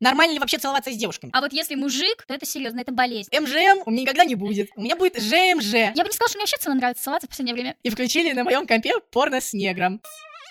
Нормально ли вообще целоваться с девушками? А вот если мужик, то это серьезно, это болезнь. МЖМ у меня никогда не будет. У меня будет ЖМЖ. Я бы не сказала, что мне вообще в целом нравится целоваться в последнее время. И включили на моем компе порно с негром.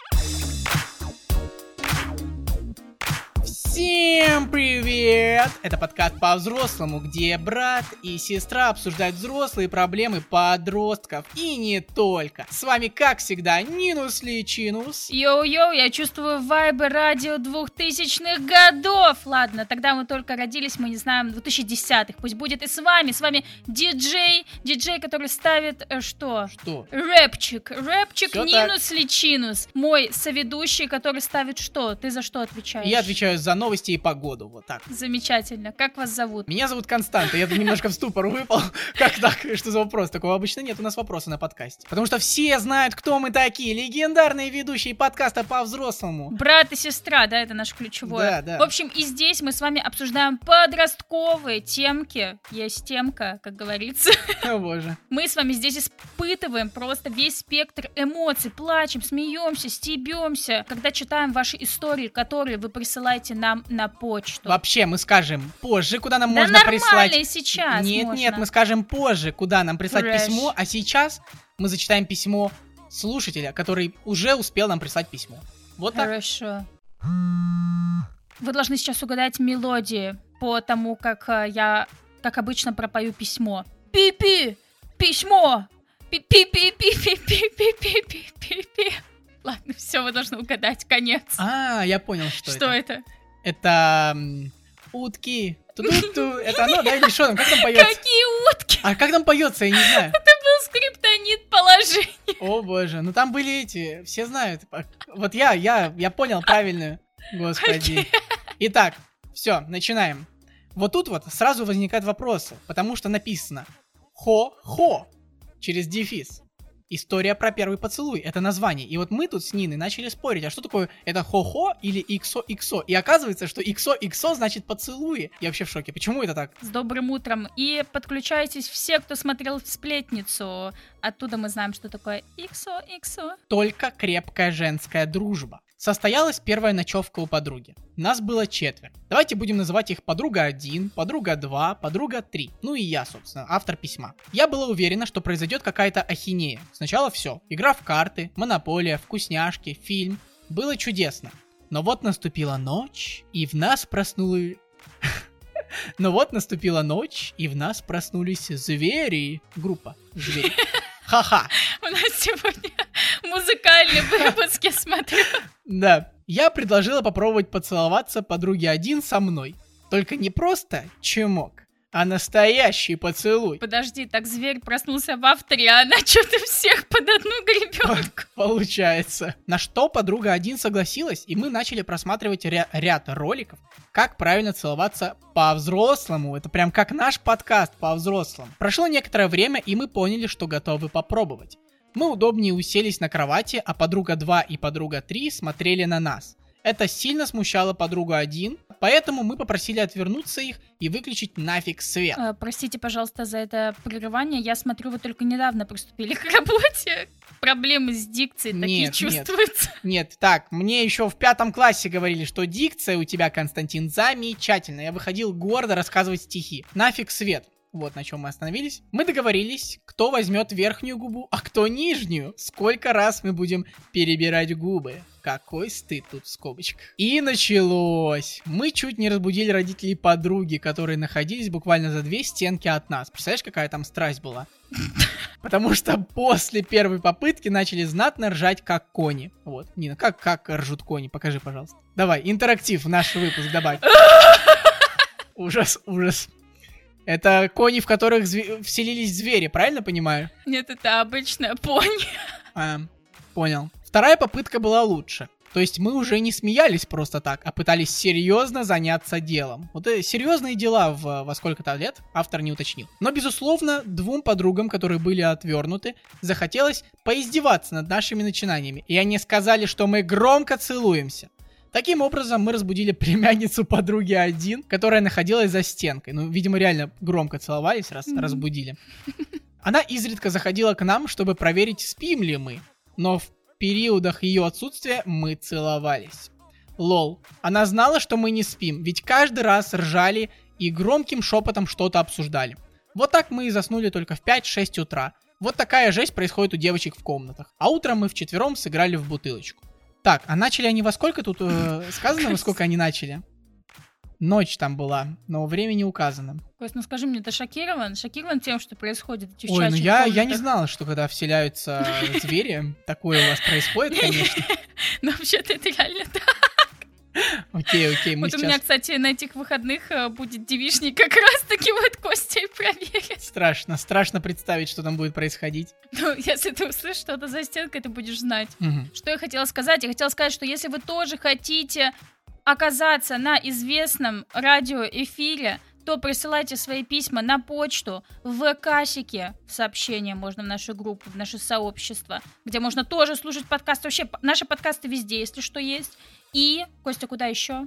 Всем привет! Это подкаст по-взрослому, где брат и сестра обсуждают взрослые проблемы подростков. И не только. С вами, как всегда, Нинус Личинус. Йоу-йоу, я чувствую вайбы радио 2000-х годов. Ладно, тогда мы только родились, мы не знаем, 2010-х. Пусть будет и с вами диджей, который ставит что? Что? Рэпчик Всё Нинус Личинус. Мой соведущий, который ставит что? Ты за что отвечаешь? Я отвечаю за новости и погоду, вот так. Замечательно. Как вас зовут? Меня зовут Константа, я немножко в ступор выпал. Как так? Что за вопрос? Такого обычно нет у нас вопроса на подкасте. Потому что все знают, кто мы такие. Легендарные ведущие подкаста по-взрослому. Брат и сестра, да, это наше ключевое. Да. В общем, и здесь мы с вами обсуждаем подростковые темки. Есть темка, как говорится. О боже. Мы с вами здесь испытываем просто весь спектр эмоций. Плачем, смеемся, стебемся. Когда читаем ваши истории, которые вы присылаете нам на почту. Вообще, мы скажем позже, куда нам Да можно нормально прислать. и сейчас Нет, можно. мы скажем позже, куда нам прислать Трэш. письмо, а сейчас мы зачитаем письмо слушателя, который уже успел нам прислать письмо. Вот так. Хорошо. Вы должны сейчас угадать мелодии по тому, как я, как обычно, пропою письмо. Пи-пи! Письмо! Пи-пи-пи-пи-пи-пи-пи-пи-пи-пи. Ладно, все, вы должны угадать, конец. Я понял, что Что это? Это утки. Ту-ду-ду. Это оно, да, или что там? Как там поется? Какие утки? А как там поется, я не знаю. Это был скриптонит положение. О боже, ну там были эти, все знают. Вот я понял правильную. Господи. Итак, все, начинаем. Вот тут вот сразу возникают вопросы, потому что написано «Хо-хо» через дефис. История про первый поцелуй, это название. И вот мы тут с Ниной начали спорить, а что такое это хо-хо или иксо-иксо? И оказывается, что иксо-иксо значит поцелуи. Я вообще в шоке, почему это так? С добрым утром. И подключайтесь все, кто смотрел «Сплетницу». Оттуда мы знаем, что такое иксо-иксо. Только крепкая женская дружба. Состоялась первая ночевка у подруги. Нас было 4. Давайте будем называть их подруга 1, подруга 2, подруга 3. Ну и я, собственно, автор письма. Я была уверена, что произойдет какая-то ахинея. Сначала все. Игра в карты, монополия, вкусняшки, фильм. Было чудесно. Но вот наступила ночь, и в нас проснулись... Но вот наступила ночь, и в нас проснулись звери. Группа «Звери». Ха-ха. У нас сегодня музыкальный выпуск, я смотрю. Да. Я предложила попробовать поцеловаться подруге 1 со мной. Только не просто чмок, а настоящий поцелуй. Подожди, так зверь проснулся в авторе, а она что-то всех под одну гребенку. Получается. На что подруга 1 согласилась, и мы начали просматривать ряд роликов, как правильно целоваться по-взрослому. Это прям как наш подкаст по-взрослому. Прошло некоторое время, и мы поняли, что готовы попробовать. Мы удобнее уселись на кровати, а подруга 2 и подруга 3 смотрели на нас. Это сильно смущало подругу 1, поэтому мы попросили отвернуться их и выключить нафиг свет. Простите, пожалуйста, за это прерывание. Я смотрю, вы только недавно приступили к работе. Проблемы с дикцией такие чувствуются. Нет, так, мне еще в 5 классе говорили, что дикция у тебя, Константин, замечательная. Я выходил гордо рассказывать стихи. Нафиг свет. Вот на чем мы остановились. Мы договорились, кто возьмет верхнюю губу, а кто нижнюю. Сколько раз мы будем перебирать губы. Какой стыд тут в скобочках. И началось. Мы чуть не разбудили родителей подруги, которые находились буквально за 2 стенки от нас. Представляешь, какая там страсть была? Потому что после первой попытки начали знатно ржать, как кони. Вот, Нина, как ржут кони? Покажи, пожалуйста. Давай, интерактив в наш выпуск добавь. Ужас. Это кони, в которых вселились звери, правильно понимаю? Нет, это обычная пони. Понял. Вторая попытка была лучше. То есть мы уже не смеялись просто так, а пытались серьезно заняться делом. Вот серьезные дела во сколько-то лет автор не уточнил. Но, безусловно, 2 подругам, которые были отвернуты, захотелось поиздеваться над нашими начинаниями. И они сказали, что мы громко целуемся. Таким образом, мы разбудили племянницу подруги 1, которая находилась за стенкой. Ну, видимо, реально громко целовались, раз разбудили. Она изредка заходила к нам, чтобы проверить, спим ли мы. Но в периодах ее отсутствия мы целовались. Лол. Она знала, что мы не спим, ведь каждый раз ржали и громким шепотом что-то обсуждали. Вот так мы и заснули только в 5-6 утра. Вот такая жесть происходит у девочек в комнатах. А утром мы вчетвером сыграли в бутылочку. Так, а начали они во сколько тут сказано, во сколько они начали? Ночь там была, но время не указано. Кость, ну скажи мне, ты шокирован? Шокирован тем, что происходит в девчачьих Ой, ну я комнатах? не знала, что когда вселяются звери, такое у вас происходит, конечно. Ну вообще-то это реально так. Окей, мы Вот у меня, сейчас... кстати, на этих выходных будет девичник как раз-таки вот Костя и проверит. Страшно представить, что там будет происходить. Ну, если ты услышишь что-то за стенкой, ты будешь знать. Мгм. Что я хотела сказать? Я хотела сказать, что если вы тоже хотите оказаться на известном радиоэфире, то присылайте свои письма на почту, в ВК-сике, сообщения можно в нашу группу, в наше сообщество, где можно тоже слушать подкасты. Вообще, наши подкасты везде, если что, есть. И, Костя, куда еще?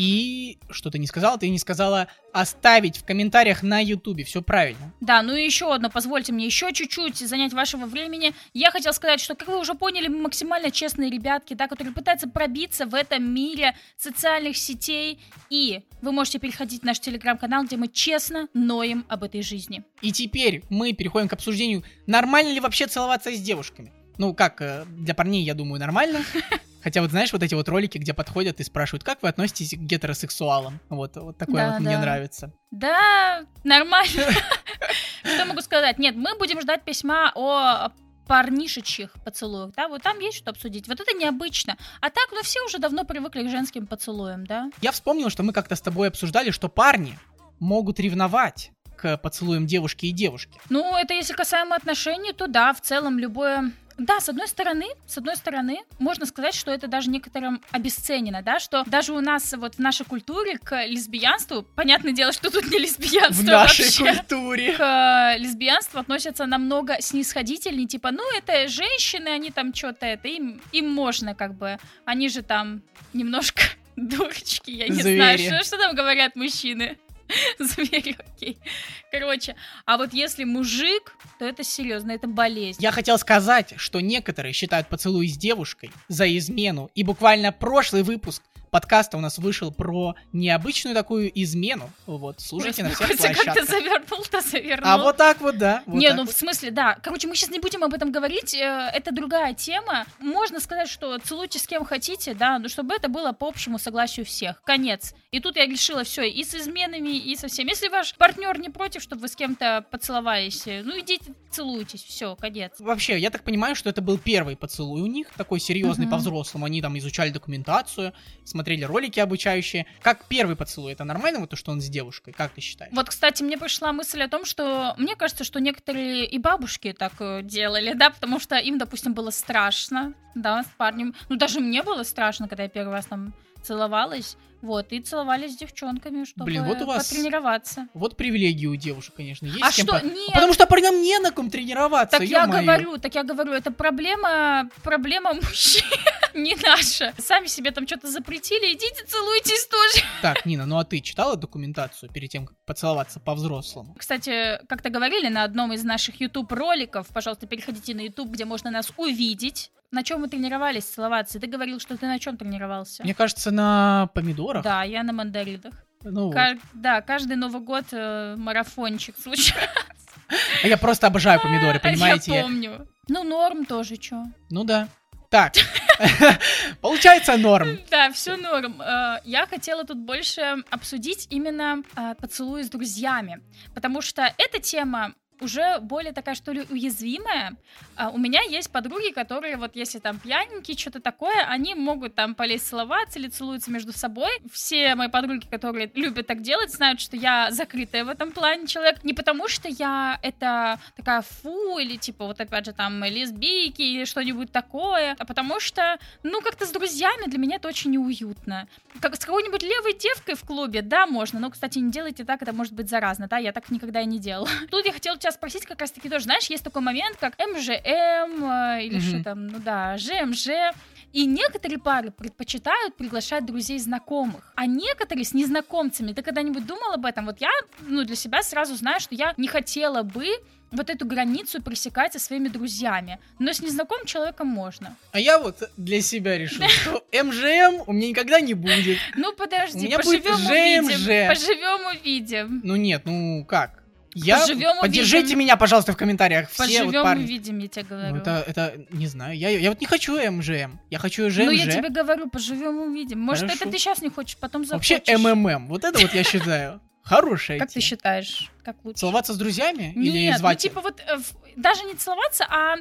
И что ты не сказала? Ты не сказала оставить в комментариях на Ютубе. Все правильно. Да, ну и еще одно, позвольте мне еще чуть-чуть занять вашего времени. Я хотела сказать, что, как вы уже поняли, мы максимально честные ребятки, да, которые пытаются пробиться в этом мире социальных сетей. И вы можете переходить в наш телеграм-канал, где мы честно ноем об этой жизни. И теперь мы переходим к обсуждению, нормально ли вообще целоваться с девушками. Ну, как, для парней, я думаю, нормально. Хотя вот знаешь, вот эти вот ролики, где подходят и спрашивают, как вы относитесь к гетеросексуалам? Вот такое Да, вот мне да. нравится. Да, нормально. Что могу сказать? Нет, мы будем ждать письма о парнишечьих поцелуях, да, вот там есть что обсудить. Вот это необычно. А так, ну все уже давно привыкли к женским поцелуям, да? Я вспомнил, что мы как-то с тобой обсуждали, что парни могут ревновать к поцелуям девушки и девушки. Ну, это если касаемо отношений, то да, в целом любое... Да, с одной стороны, можно сказать, что это даже некоторым обесценено, да, что даже у нас вот в нашей культуре к лесбиянству, понятное дело, что тут не лесбиянство В нашей вообще, культуре. к лесбиянству относятся намного снисходительнее, типа, ну, это женщины, они там что-то, это им можно как бы, они же там немножко дурочки, я не знаю, Звери. что там говорят мужчины. Звери, окей. Короче, а вот если мужик, то это серьезно, это болезнь. Я хотел сказать, что некоторые считают поцелуй с девушкой за измену. И буквально прошлый выпуск подкаста у нас вышел про необычную такую измену. Вот, слушайте на всех Костя, как ты площадках. завернул. А вот так вот, да. вот Не, так ну вот. в смысле, да. Короче, мы сейчас не будем об этом говорить, это другая тема. Можно сказать, что целуйте с кем хотите, да, но чтобы это было по общему согласию всех. Конец. И тут я решила все, и с изменами, и со всем. Если ваш партнер не против, чтобы вы с кем-то поцеловались, ну идите, целуйтесь, все, конец. Вообще, я так понимаю, что это был первый поцелуй у них, такой серьезный Мгм. по-взрослому. Они там изучали документацию, смотрели ролики обучающие. Как первый поцелуй, это нормально, вот то, что он с девушкой? Как ты считаешь? Вот, кстати, мне пришла мысль о том, что мне кажется, что некоторые и бабушки так делали, да, потому что им, допустим, было страшно, да, с парнем. Ну, даже мне было страшно, когда я первый раз там целовалась, вот, и целовались с девчонками, чтобы Блин, вот у вас- потренироваться. Вот привилегии у девушек, конечно, есть А с кем что? по- Нет. Потому что парням не на ком тренироваться, Так я ё-моё. говорю, это проблема мужчин, не наша. Сами себе там что-то запретили, идите целуйтесь тоже. Так, Нина, ну а ты читала документацию перед тем, как поцеловаться по-взрослому? Кстати, как-то говорили на одном из наших YouTube-роликов, пожалуйста, переходите на YouTube, где можно нас увидеть. На чем мы тренировались целоваться? Ты говорил, что ты на чем тренировался? Мне кажется, на помидорах. Да, я на мандаринах. Ну, вот. Да, каждый Новый год марафончик случается. А я просто обожаю помидоры, понимаете? Я помню. Ну, норм тоже, чё. Ну да. Так, получается норм. Да, все норм. Я хотела тут больше обсудить именно поцелуи с друзьями, потому что эта тема уже более такая, что ли, уязвимая. У меня есть подруги, которые вот если там пьяненькие, что-то такое, они могут там полезть целоваться или целуются между собой. Все мои подруги, которые любят так делать, знают, что я закрытая в этом плане человек. Не потому что я это такая фу, или типа вот опять же там лесбийки или что-нибудь такое, а потому что, ну, как-то с друзьями для меня это очень неуютно. Как с какой-нибудь левой девкой в клубе, да, можно, но, кстати, не делайте так, это может быть заразно, да, я так никогда и не делала. Тут я хотела тебя спросить как раз-таки тоже, знаешь, есть такой момент, как МЖМ или что там, ну да, ЖМЖ, и некоторые пары предпочитают приглашать друзей знакомых, а некоторые с незнакомцами. Ты когда-нибудь думал об этом? Вот я, ну, для себя сразу знаю, что я не хотела бы вот эту границу пересекать со своими друзьями. Но с незнакомым человеком можно. А я вот для себя решил, что МЖМ у меня никогда не будет. Ну подожди, У меня будет ЖМЖ. Поживем увидим. Ну нет, ну как? Поддержите увидим. меня, пожалуйста, в комментариях. Все Поживем вот парни. увидим, я тебе говорю. Ну, это, не знаю, я вот не хочу МЖМ, я хочу ЖМЖ. Ну я тебе говорю, поживем увидим. Может, Хорошо. это ты сейчас не хочешь, потом захочешь. Вообще МММ, вот это вот я считаю хорошая Как ты тема. считаешь? Как лучше? Целоваться с друзьями или Нет, звать? ну типа вот даже не целоваться, а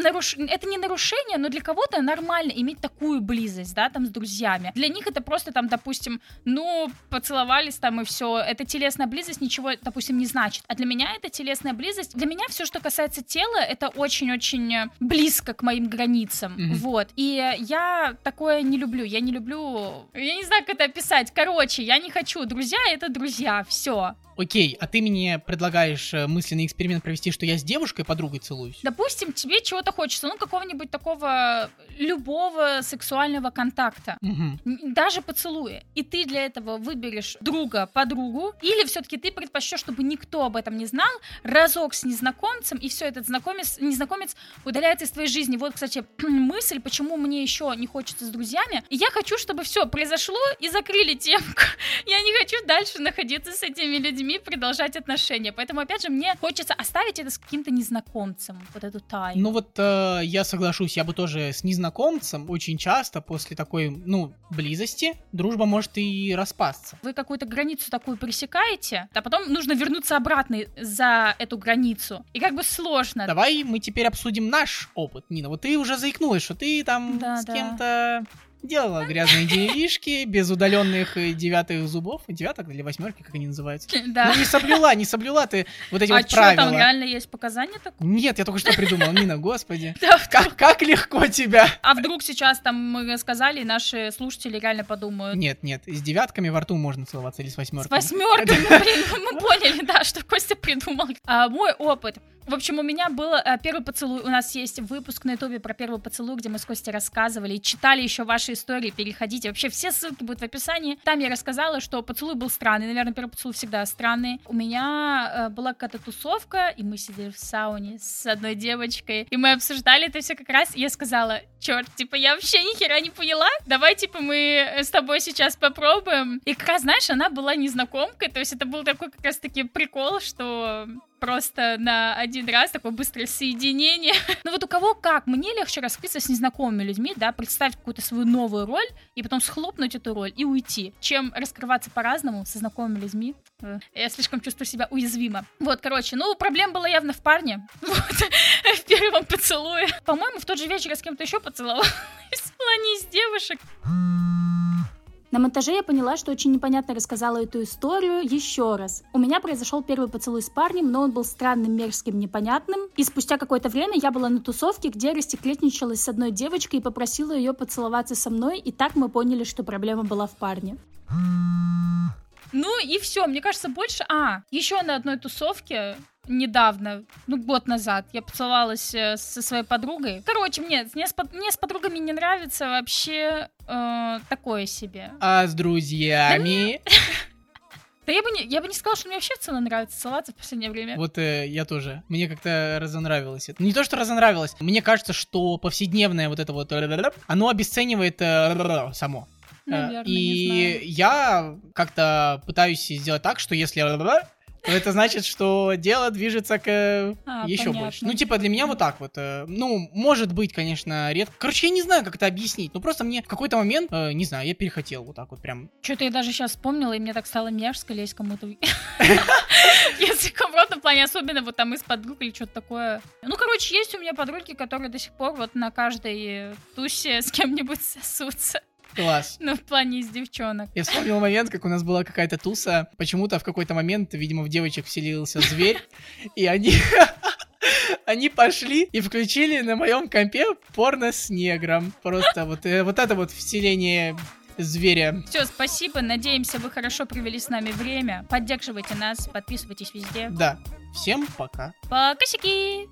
это не нарушение, но для кого-то нормально иметь такую близость, да, там с друзьями. Для них это просто там, допустим, ну, поцеловались там и все. Это телесная близость ничего, допустим, не значит. А для меня это телесная близость. Для меня все, что касается тела, это очень-очень близко к моим границам. Вот. И я такое не люблю. Я не знаю, как это описать. Короче, я не хочу. Друзья — это друзья. Все. Окей, а ты мне предлагаешь мысленный эксперимент провести, что я с девушкой, подругой целуюсь? Допустим, тебе чего-то хочется, ну, какого-нибудь такого любого сексуального контакта, даже поцелуя. И ты для этого выберешь друга, подругу, или все-таки ты предпочтешь, чтобы никто об этом не знал, разок с незнакомцем, и все, этот незнакомец удаляется из твоей жизни. Вот, кстати, мысль, почему мне еще не хочется с друзьями. И я хочу, чтобы все произошло и закрыли темку. Я не хочу дальше находиться с этими людьми, продолжать отношения. Поэтому, опять же, мне хочется оставить это с каким-то незнакомцем, вот эту тайну. Ну вот я соглашусь, я бы тоже с незнакомцем очень часто после такой, ну, близости дружба может и распасться. Вы какую-то границу такую пересекаете, а потом нужно вернуться обратно за эту границу. И как бы сложно. Давай мы теперь обсудим наш опыт, Нина. Вот ты уже заикнулась, что ты там с кем-то делала грязные делишки, без удаленных 9 зубов. 9 или 8, как они называются. Да. Ну, не соблюла ты вот эти вот что, правила. там реально есть показания такое? Нет, я только что придумал, Нина, господи. Да, Как легко тебя. А вдруг сейчас там мы сказали, и наши слушатели реально подумают. Нет, с 9 во рту можно целоваться, или с 8. С 8, блин, мы поняли, да, что Костя придумал. Мой опыт. В общем, у меня был первый поцелуй. У нас есть выпуск на ютубе про первый поцелуй, где мы с Костей рассказывали и читали еще ваши истории. Переходите. Вообще все ссылки будут в описании. Там я рассказала, что поцелуй был странный. Наверное, первый поцелуй всегда странный. У меня была какая-то тусовка, и мы сидели в сауне с одной девочкой, и мы обсуждали это все как раз. И я сказала: черт, типа, я вообще ни хера не поняла. Давай, типа, мы с тобой сейчас попробуем. И как раз, знаешь, она была незнакомкой. То есть это был такой как раз-таки прикол, что просто на один раз такое быстрое соединение. Ну вот у кого как? Мне легче раскрыться с незнакомыми людьми, да, представить какую-то свою новую роль и потом схлопнуть эту роль и уйти, чем раскрываться по-разному со знакомыми людьми. Я слишком чувствую себя уязвимо. Вот, короче, ну, проблема была явно в парне. Вот, в первом поцелуе. По-моему, в тот же вечер я с кем-то еще поцеловалась. Была не из девушек. На монтаже я поняла, что очень непонятно рассказала эту историю еще раз. У меня произошел первый поцелуй с парнем, но он был странным, мерзким, непонятным. И спустя какое-то время я была на тусовке, где растеклетничалась с одной девочкой и попросила ее поцеловаться со мной, и так мы поняли, что проблема была в парне. Ну и все, мне кажется, больше... еще на одной тусовке недавно, год назад, я поцеловалась со своей подругой. Короче, мне с подругами не нравится вообще такое себе. А с друзьями? Да я бы не сказала, что мне вообще в целом нравится целоваться в последнее время. Вот я тоже. Мне как-то разонравилось это. Не то, что разонравилось. Мне кажется, что повседневное вот это вот... Оно обесценивает само. Наверное, и я как-то пытаюсь сделать так, что если... то это значит, что дело движется к еще понятно. больше. Ну, типа, для меня вот так вот. Может быть, конечно, редко. Короче, я не знаю, как это объяснить. Ну, просто мне в какой-то момент, не знаю, я перехотел вот так вот прям. Что-то я даже сейчас вспомнила, и мне так стало мерзко лезть кому-то языком в рот, в плане, особенно вот там из подруг или что-то такое. Ну, короче, есть у меня подруги, которые до сих пор вот на каждой тусе с кем-нибудь сосутся. Класс. Ну, в плане из девчонок. Я вспомнил момент, как у нас была какая-то туса. Почему-то в какой-то момент, видимо, в девочек вселился зверь. И они пошли и включили на моем компе порно с негром. Просто вот это вот вселение зверя. Все, спасибо. Надеемся, вы хорошо провели с нами время. Поддерживайте нас, подписывайтесь везде. Да. Всем пока. Пока-сики!